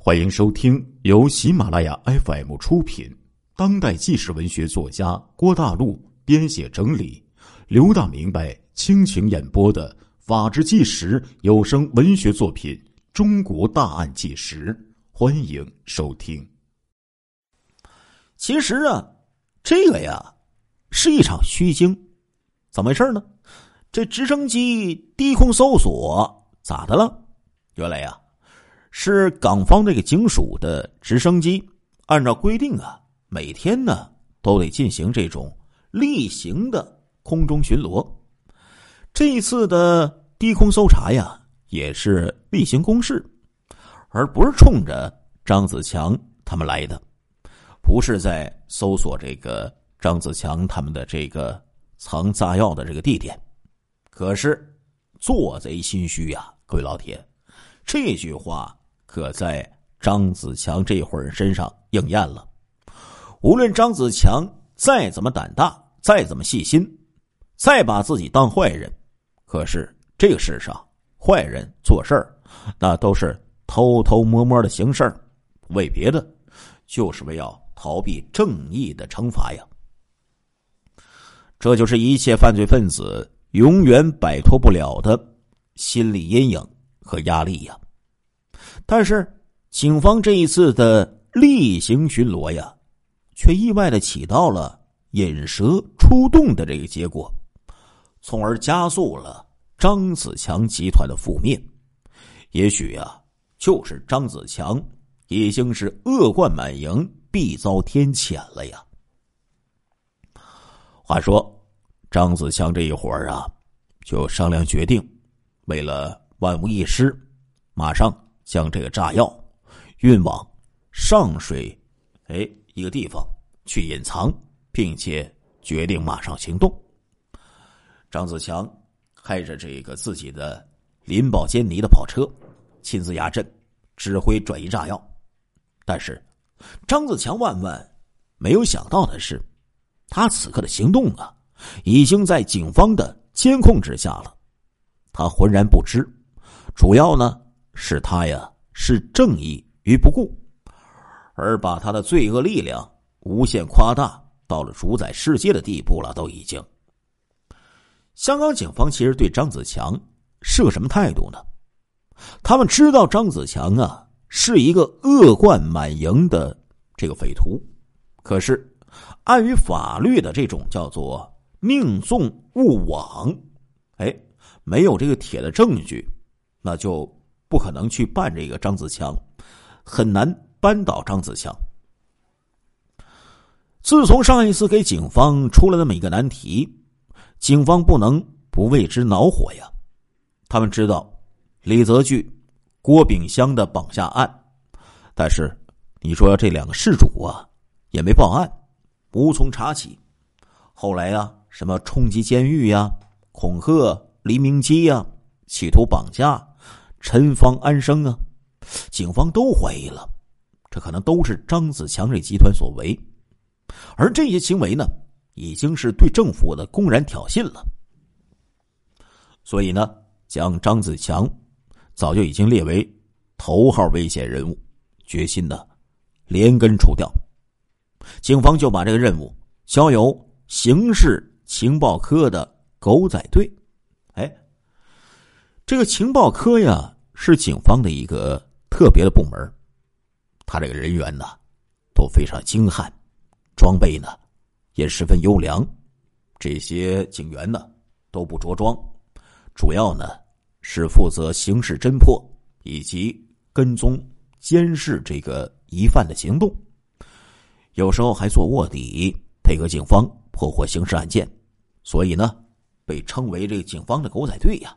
欢迎收听由喜马拉雅 FM 出品，当代纪实文学作家郭大陆编写整理，刘大明白倾情演播的法治纪实有声文学作品《中国大案纪实》，欢迎收听。 其实啊，这个呀是一场虚惊。怎么回事呢？这直升机低空搜索咋的了？原来呀是港方这个警署的直升机按照规定啊，每天呢都得进行这种例行的空中巡逻。这一次的低空搜查呀也是例行公事，而不是冲着张子强他们来的，不是在搜索这个张子强他们的这个藏炸药的这个地点。可是做贼心虚呀，各位老铁，这句话可在张子强这伙人身上应验了。无论张子强再怎么胆大，再怎么细心，再把自己当坏人，可是这个世上坏人做事儿那都是偷偷摸摸的行事儿，为别的就是为要逃避正义的惩罚呀。这就是一切犯罪分子永远摆脱不了的心理阴影和压力呀。但是警方这一次的例行巡逻呀，却意外的起到了引蛇出洞的这个结果，从而加速了张子强集团的覆灭。也许啊，就是张子强已经是恶贯满盈，必遭天谴了呀。话说张子强这一伙儿啊，就商量决定，为了万无一失，马上将这个炸药运往上水一个地方去隐藏，并且决定马上行动。张子强开着这个自己的林宝坚尼的跑车，亲自压阵指挥转移炸药。但是张子强万万没有想到的是，他此刻的行动啊已经在警方的监控之下了。他浑然不知，主要呢是他呀视正义于不顾，而把他的罪恶力量无限夸大到了主宰世界的地步了。都已经，香港警方其实对张子强是个什么态度呢？他们知道张子强啊是一个恶贯满盈的这个匪徒，可是碍于法律的这种叫做宁纵勿枉，没有这个铁的证据，那就不可能去办这个张子强，很难扳倒张子强。自从上一次给警方出了那么一个难题，警方不能不为之恼火呀。他们知道李泽钜、郭炳湘的绑架案，但是你说这两个事主啊也没报案，无从查起。后来啊什么冲击监狱呀、恐吓黎明基呀、企图绑架、陈方安生啊，警方都怀疑了，这可能都是张子强这集团所为。而这些行为呢，已经是对政府的公然挑衅了。所以呢，将张子强早就已经列为头号危险人物，决心呢连根除掉。警方就把这个任务交由刑事情报科的狗仔队。这个情报科呀是警方的一个特别的部门，他这个人员呢都非常精悍，装备呢也十分优良。这些警员呢都不着装，主要呢是负责刑事侦破以及跟踪监视这个疑犯的行动，有时候还做卧底，配合警方破获刑事案件，所以呢被称为这个警方的狗仔队呀。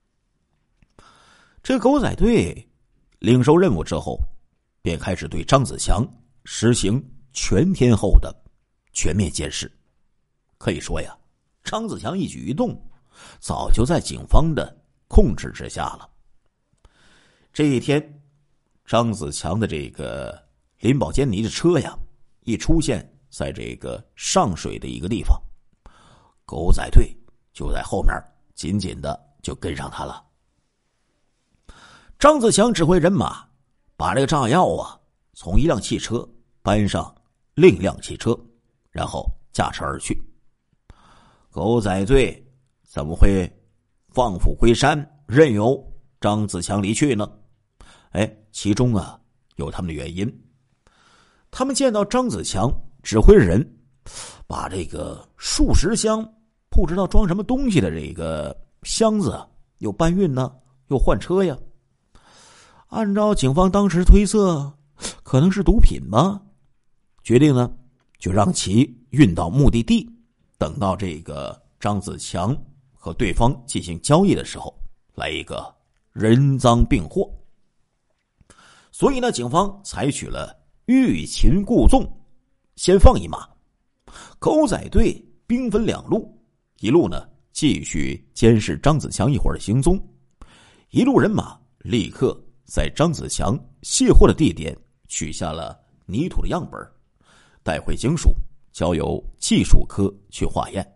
这个狗仔队领受任务之后，便开始对张子强实行全天候的全面监视。可以说呀，张子强一举一动早就在警方的控制之下了。这一天，张子强的这个林宝坚尼的车呀一出现在这个上水的一个地方，狗仔队就在后面紧紧的就跟上他了。张子强指挥人马把这个炸药从一辆汽车搬上另一辆汽车，然后驾车而去。狗仔队怎么会放虎归山，任由张子强离去呢？其中有他们的原因。他们见到张子强指挥人把这个数十箱不知道装什么东西的这个箱子又搬运呢，又换车呀。按照警方当时推测，可能是毒品吧，决定呢就让其运到目的地，等到这个张子强和对方进行交易的时候，来一个人赃并获。所以呢，警方采取了欲擒故纵，先放一马。狗仔队兵分两路，一路呢继续监视张子强一伙的行踪，一路人马立刻在张子强卸货的地点取下了泥土的样本，带回警署，交由技术科去化验。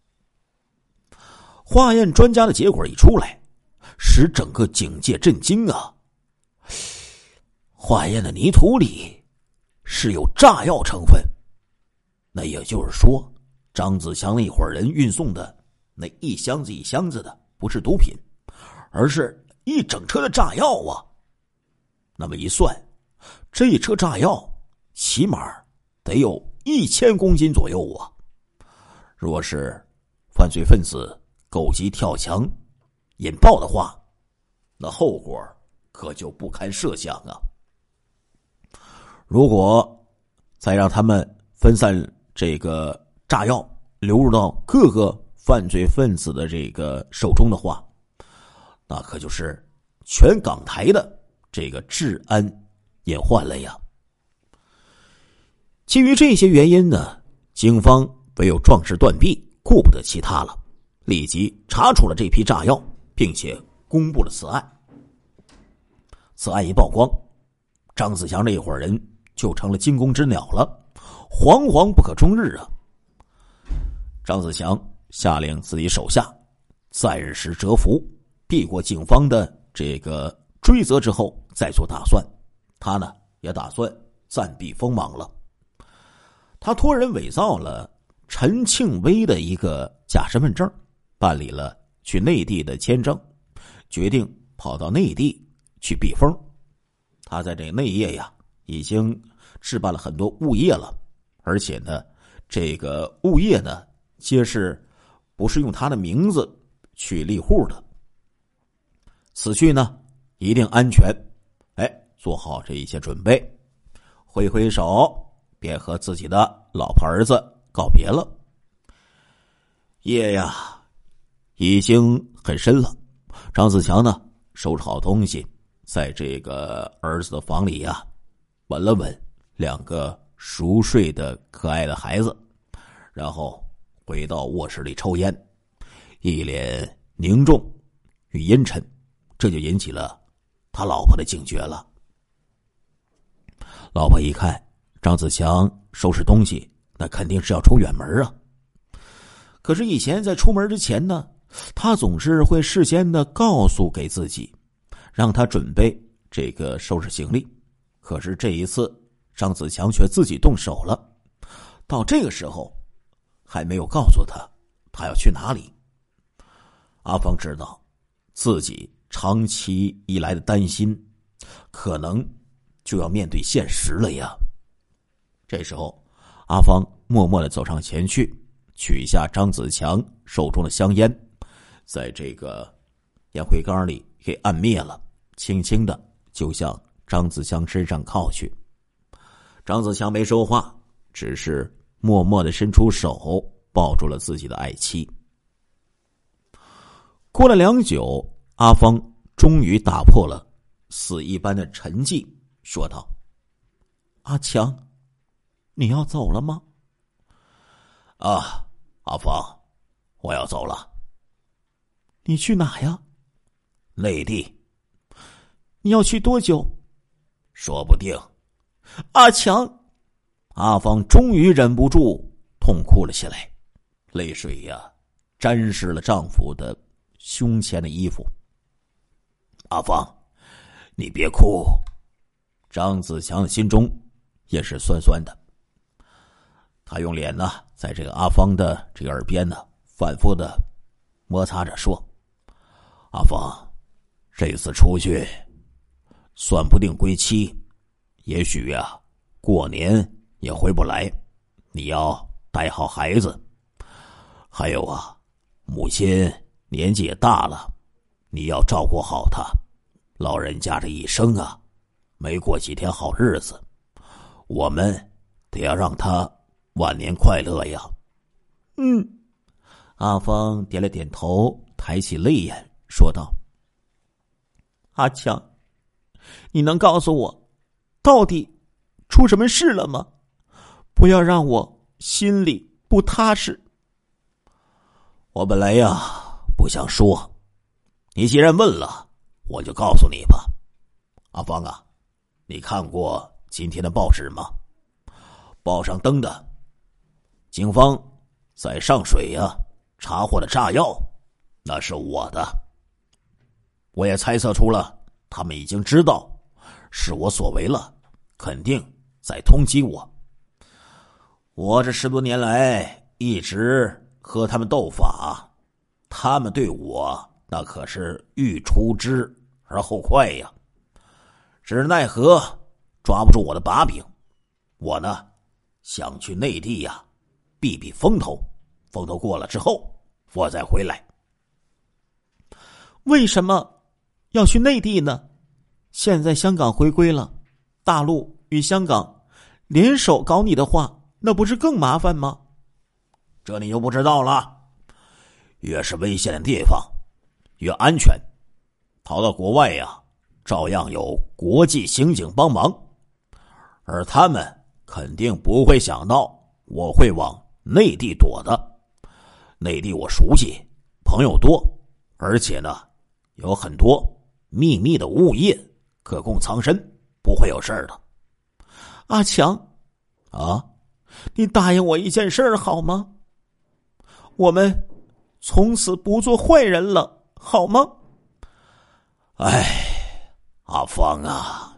化验专家的结果一出来，使整个警界震惊啊！化验的泥土里是有炸药成分，那也就是说，张子强那伙人运送的那一箱子一箱子的不是毒品，而是一整车的炸药啊！那么一算，这一车炸药起码得有1000公斤左右啊！若是犯罪分子狗急跳墙引爆的话，那后果可就不堪设想啊！如果再让他们分散这个炸药流入到各个犯罪分子的这个手中的话，那可就是全港台的这个治安隐患了呀。基于这些原因呢，警方唯有壮士断臂，顾不得其他了，立即查处了这批炸药，并且公布了此案。此案一曝光，张子强这一伙人就成了惊弓之鸟了，惶惶不可终日啊！张子强下令自己手下暂时蛰伏，避过警方的这个追责之后再做打算。他呢也打算暂避锋芒了。他托人伪造了陈庆威的一个假身份证，办理了去内地的签证，决定跑到内地去避风。他在这个内业呀已经置办了很多物业了，而且呢这个物业呢皆是不是用他的名字去立户的。此去呢一定安全，做好这一切准备，挥挥手便和自己的老婆儿子告别了。夜呀已经很深了，张子强呢收拾好东西，在这个儿子的房里呀吻了吻2个熟睡的可爱的孩子，然后回到卧室里抽烟，一脸凝重与阴沉，这就引起了他老婆的警觉了。老婆一看张子强收拾东西，那肯定是要出远门啊。可是以前在出门之前呢，他总是会事先的告诉给自己，让他准备这个收拾行李。可是这一次张子强却自己动手了，到这个时候还没有告诉他要去哪里。阿芳知道自己长期以来的担心可能就要面对现实了呀。这时候阿芳默默地走上前去，取下张子强手中的香烟，在这个烟灰缸里给按灭了，轻轻的就向张子强身上靠去。张子强没说话，只是默默地伸出手抱住了自己的爱妻。过了良久，阿芳终于打破了死一般的沉寂，说道：阿强，你要走了吗？阿芳，我要走了。你去哪呀？内地。你要去多久？说不定。阿强，阿芳终于忍不住痛哭了起来，泪水呀沾湿了丈夫的胸前的衣服。阿芳，你别哭， 张子强的心中也是酸酸的。他用脸呢，在这个阿芳的这个耳边呢，反复的摩擦着说：“阿芳，这次出去，算不定归期，也许呀，过年也回不来。你要带好孩子。还有啊，母亲年纪也大了，你要照顾好她。老人家这一生啊，没过几天好日子，我们得要让她晚年快乐呀。” 阿芳点了点头，抬起泪眼说道：“阿强，你能告诉我，到底出什么事了吗？不要让我心里不踏实。” 我本来呀不想说，你既然问了，我就告诉你吧。阿芳啊，你看过今天的报纸吗？报上登的，警方在上水呀查获的炸药，那是我的。我也猜测出了，他们已经知道是我所为了，肯定在通缉我。我这10多年来一直和他们斗法，他们对我那可是欲除之而后快呀，只奈何抓不住我的把柄。我呢，想去内地呀避避风头，风头过了之后我再回来。 为什么要去内地呢？现在香港回归了，大陆与香港联手搞你的话，那不是更麻烦吗？ 这你就不知道了。越是危险的地方越安全，逃到国外呀，照样有国际刑警帮忙，而他们肯定不会想到我会往内地躲的。内地我熟悉，朋友多，而且呢有很多秘密的物业可供藏身，不会有事儿的。 阿强啊， 你答应我一件事好吗？我们从此不做坏人了，好吗？ 哎，阿芳啊！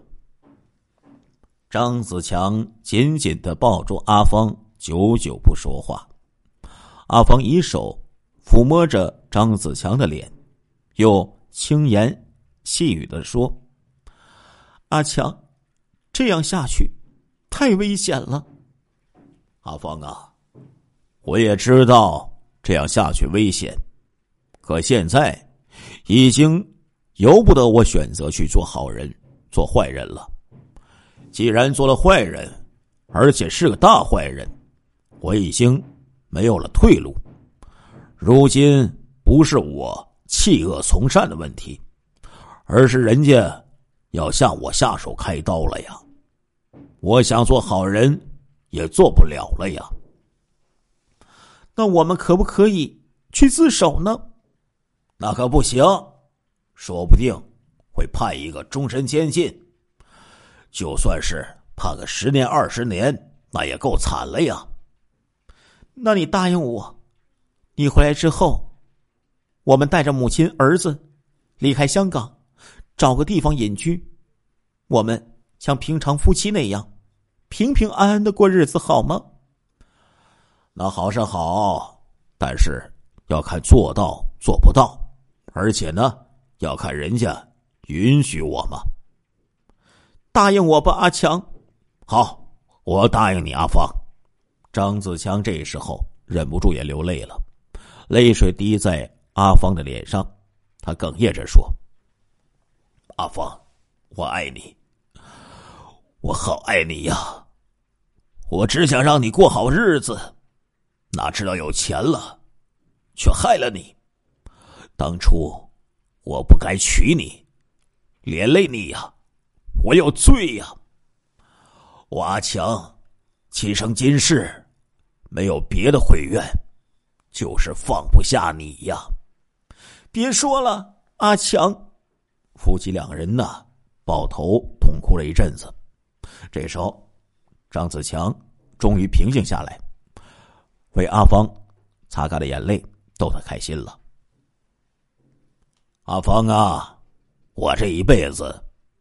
张子强紧紧地抱住阿芳，久久不说话。阿芳以手抚摸着张子强的脸，又轻言细语地说：“ 阿强，这样下去太危险了。” 阿芳啊，我也知道这样下去危险，可现在已经由不得我选择去做好人做坏人了。既然做了坏人，而且是个大坏人，我已经没有了退路。如今不是我弃恶从善的问题，而是人家要向我下手开刀了呀。我想做好人也做不了了呀。 那我们可不可以去自首呢？ 那可不行，说不定会判一个终身监禁，就算是判个10年20年，那也够惨了呀。 那你答应我，你回来之后，我们带着母亲儿子离开香港，找个地方隐居，我们像平常夫妻那样平平安安的过日子好吗？ 那好是好，但是要看做到做不到，而且呢要看人家允许我吗？ 答应我吧，阿强。 好，我答应你，阿芳。张子强这时候忍不住也流泪了，泪水滴在阿芳的脸上，他哽咽着说：“阿芳，我爱你，我好爱你呀！我只想让你过好日子，哪知道有钱了，却害了你。当初我不该娶你，连累你呀，我有罪呀！我阿强今生今世没有别的悔愿，就是放不下你呀。” 别说了，阿强。 夫妻两人呢抱头痛哭了一阵子。这时候张子强终于平静下来，为阿芳擦干了眼泪，逗她开心了。阿芳啊，我这一辈子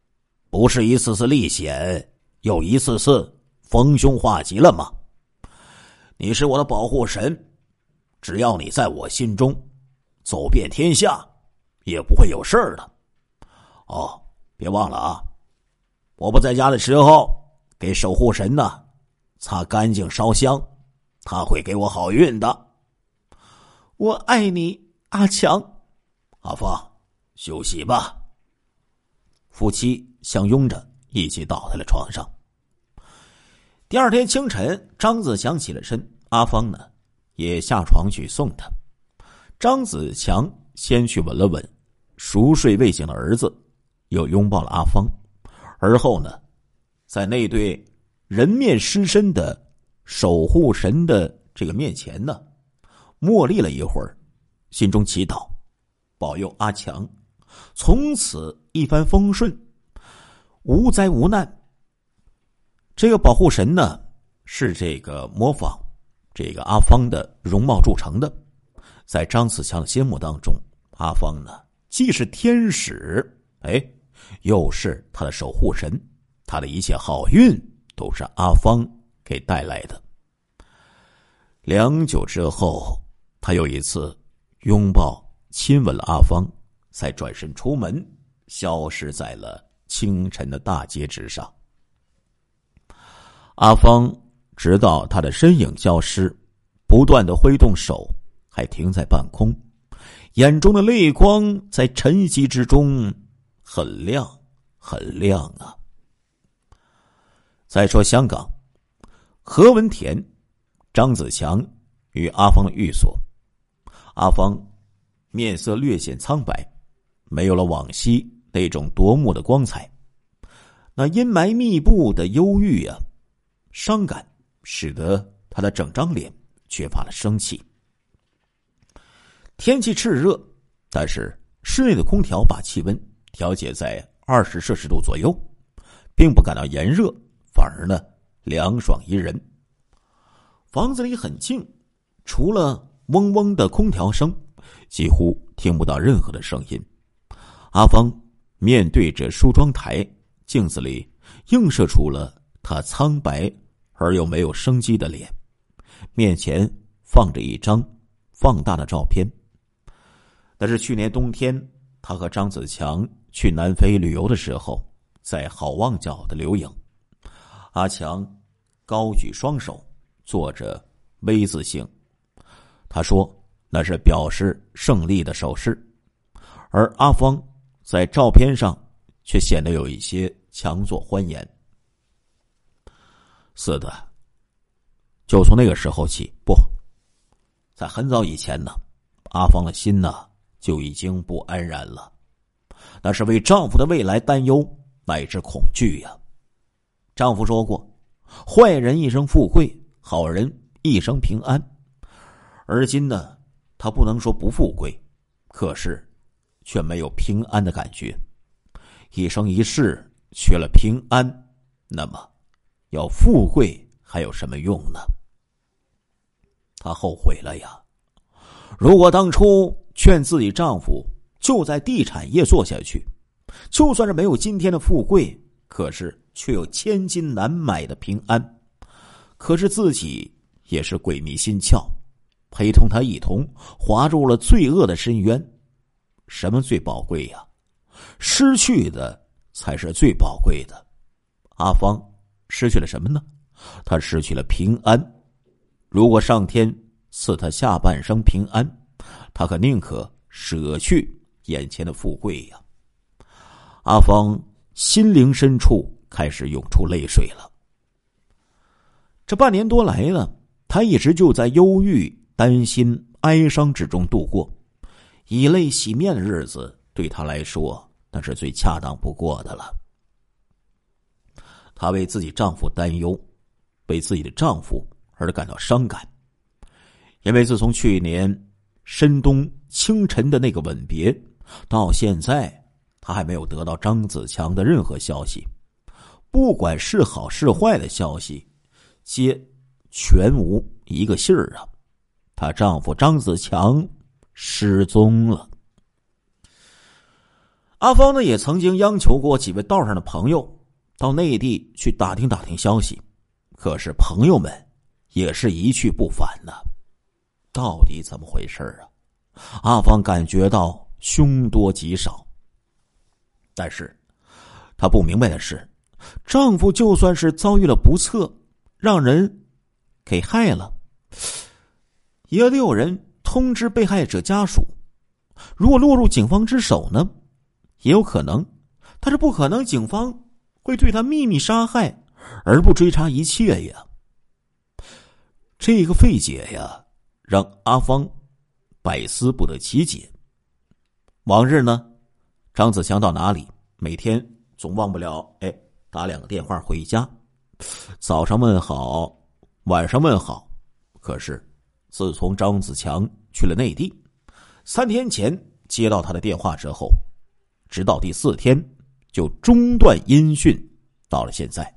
不是一次次历险，又一次次逢凶化吉了吗？你是我的保护神，只要你在我心中，走遍天下，也不会有事儿的。哦，别忘了啊，我不在家的时候，给守护神呢擦干净烧香，他会给我好运的。 我爱你，阿强。 阿芳，休息吧。 夫妻相拥着一起倒在了床上。第二天清晨，张子强起了身，阿芳呢也下床去送他。张子强先去吻了吻熟睡未醒的儿子，又拥抱了阿芳，而后呢，在那对人面狮身的守护神的这个面前呢，默立了一会儿，心中祈祷，保佑阿强从此一帆风顺，无灾无难。这个保护神呢，是这个模仿这个阿芳的容貌铸成的。在张子强的心目当中，阿芳呢既是天使，又是他的守护神，他的一切好运都是阿芳给带来的。良久之后，他又一次拥抱亲吻了阿芳，才转身出门，消失在了清晨的大街之上。阿芳直到他的身影消失，不断的挥动手，还停在半空，眼中的泪光在晨曦之中很亮很亮啊。再说香港何文田，张子强与阿芳的寓所。阿芳面色略显苍白，没有了往昔那种夺目的光彩，那阴霾密布的忧郁啊，伤感使得他的整张脸缺乏了生气。天气炽热，但是室内的空调把气温调节在20摄氏度左右，并不感到炎热，反而呢凉爽宜人。房子里很静，除了嗡嗡的空调声，几乎听不到任何的声音。阿芳面对着梳妆台，镜子里映射出了他苍白而又没有生机的脸，面前放着一张放大的照片。那是去年冬天他和张子强去南非旅游的时候，在好望角的留影。阿强高举双手，做着 V 字形，他说那是表示胜利的手势，而阿芳在照片上却显得有一些强作欢颜。是的，就从那个时候起，在很早以前呢，阿芳的心呢就已经不安然了，那是为丈夫的未来担忧乃至恐惧呀。丈夫说过，坏人一生富贵，好人一生平安。而今呢，他不能说不富贵，可是却没有平安的感觉。一生一世缺了平安，那么要富贵还有什么用呢？她后悔了呀。如果当初劝自己丈夫就在地产业做下去，就算是没有今天的富贵，可是却有千金难买的平安。可是自己也是鬼迷心窍，陪同他一同滑入了罪恶的深渊。什么最宝贵呀？失去的才是最宝贵的。阿芳失去了什么呢？她失去了平安。如果上天赐她下半生平安，她可宁可舍去眼前的富贵呀。阿芳心灵深处开始涌出泪水了。这半年多来呢，她一直就在忧郁、担心、哀伤之中度过。以泪洗面的日子对她来说，那是最恰当不过的了。她为自己丈夫担忧，为自己的丈夫而感到伤感。因为自从去年深冬清晨的那个吻别，到现在她还没有得到张子强的任何消息。不管是好是坏的消息，皆全无一个信儿啊！她丈夫张子强失踪了。 阿芳呢也曾经央求过几位道上的朋友到内地去打听打听消息，可是朋友们也是一去不返呢。到底怎么回事啊？阿芳感觉到凶多吉少，但是她不明白的是，丈夫就算是遭遇了不测，让人给害了，也得有人通知被害者家属。如果落入警方之手呢，也有可能，但是不可能警方会对他秘密杀害而不追查一切呀。这个费解呀，让阿芳百思不得其解。往日呢，张子强到哪里，每天总忘不了打2个电话回家，早上问好，晚上问好。可是自从张子强去了内地，3天前接到他的电话之后，直到第4天就中断音讯，到了现在。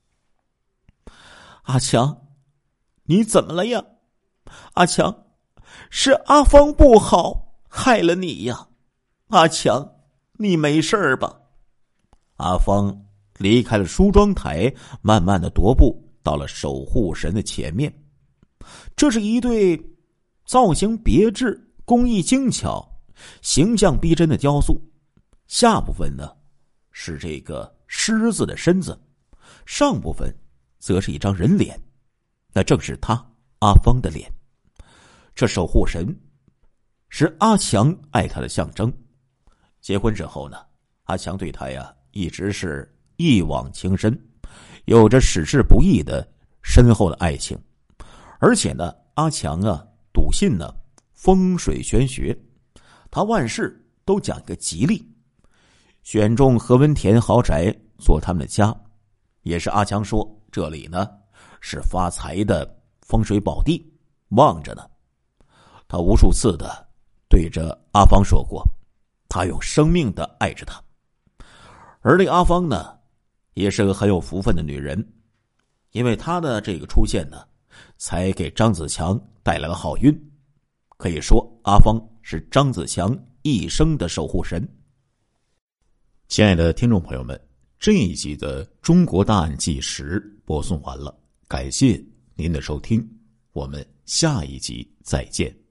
阿强，你怎么了呀？阿强，是阿芳不好，害了你呀。阿强，你没事吧？ 阿芳离开了梳妆台，慢慢的踱步到了守护神的前面。这是一对造型别致、工艺精巧、形象逼真的雕塑。下部分呢是这个狮子的身子，上部分则是一张人脸，那正是他阿芳的脸。这守护神是阿强爱他的象征。结婚之后呢，阿强对他呀一直是一往情深，有着矢志不渝的深厚的爱情。而且呢，阿强啊笃信呢风水玄学，他万事都讲个吉利，选中何文田豪宅做他们的家，也是阿强说这里呢是发财的风水宝地，旺着呢。他无数次的对着阿芳说过，他用生命的爱着他。而这个阿芳呢，也是个很有福分的女人，因为她的这个出现呢，才给张子强带来了好运。可以说，阿芳是张子强一生的守护神。 亲爱的听众朋友们，这一集的《中国大案纪实》播送完了，感谢您的收听，我们下一集再见。